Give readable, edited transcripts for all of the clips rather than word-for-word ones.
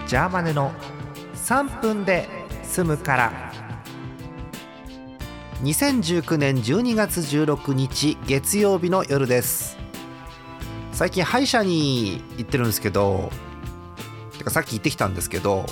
ジャーマネの3分で済むから。2019年12月16日月曜日の夜です。最近歯医者に行ってるんですけど、てかさっき行ってきたんですけど、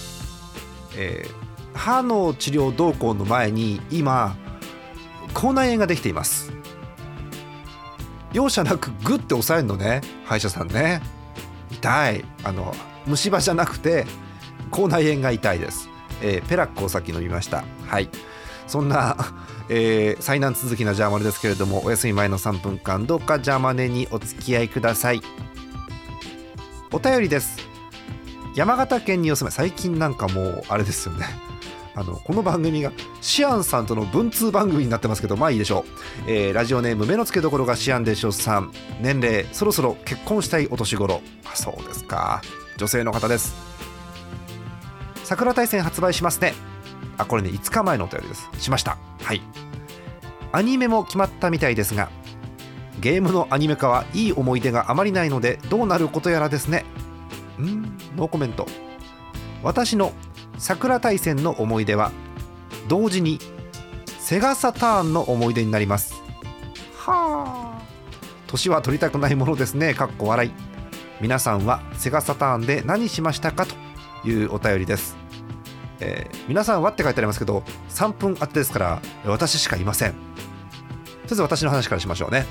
歯の治療動向の前に今口内炎ができています。容赦なくグッて押さえるのね、歯医者さんね。痛い。虫歯じゃなくて口内炎が痛いです。ペラックをさっき飲みました。はい、そんな、災難続きなジャーマネですけれども、お休み前の3分間どうかジャーマネにお付き合いください。お便りです。山形県にお住まい、最近なんかもうあれですよね、この番組がシアンさんとの文通番組になってますけど、まあいいでしょう。ラジオネーム目の付けどころがシアンでしょさん、年齢そろそろ結婚したいお年頃。そうですか、女性の方です。桜大戦発売しますね。これね、5日前のお便りです。しました。はい。アニメも決まったみたいですが、ゲームのアニメ化はいい思い出があまりないのでどうなることやらですね。ノーコメント。私の桜大戦の思い出は同時にセガサターンの思い出になります。はあ、年は取りたくないものですね。かっこ笑い。皆さんはセガサターンで何しましたかというお便りです。皆さんはって書いてありますけど、3分当てですから私しかいません。とりあえず私の話からしましょうね。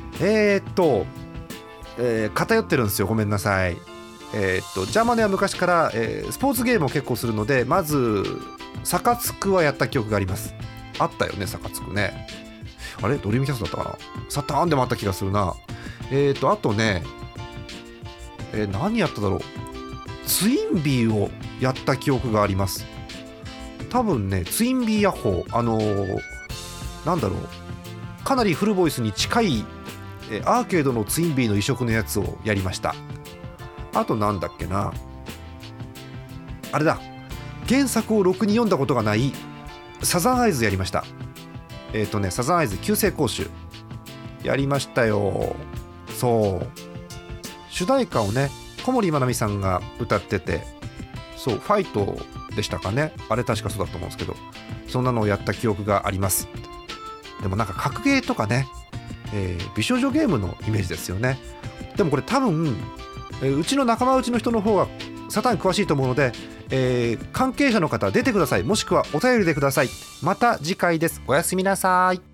偏ってるんですよ、ごめんなさい。ジャーマネは昔から、スポーツゲームを結構するので、まずサカツクはやった記憶があります。あったよね、サカツクね。あれドリームキャストだったかな、サターンでもあった気がするな。あとね、何やっただろう、ツインビーをやった記憶があります。多分ね、ツインビーヤッホー、なんだろう、かなりフルボイスに近い、アーケードのツインビーの移植のやつをやりました。あとなんだっけな、あれだ、原作をろくに読んだことがないサザンアイズやりました。サザンアイズ旧世講習やりましたよ。そう、主題歌をね、小森まなみさんが歌ってて、そう、ファイトでしたかね、あれ確かそうだと思うんですけど、そんなのをやった記憶があります。でもなんか格ゲーとかね、美少女ゲームのイメージですよね。でもこれ多分、うちの仲間内の人の方がサタン詳しいと思うので、関係者の方出てください。もしくはお便りでください。また次回です。おやすみなさい。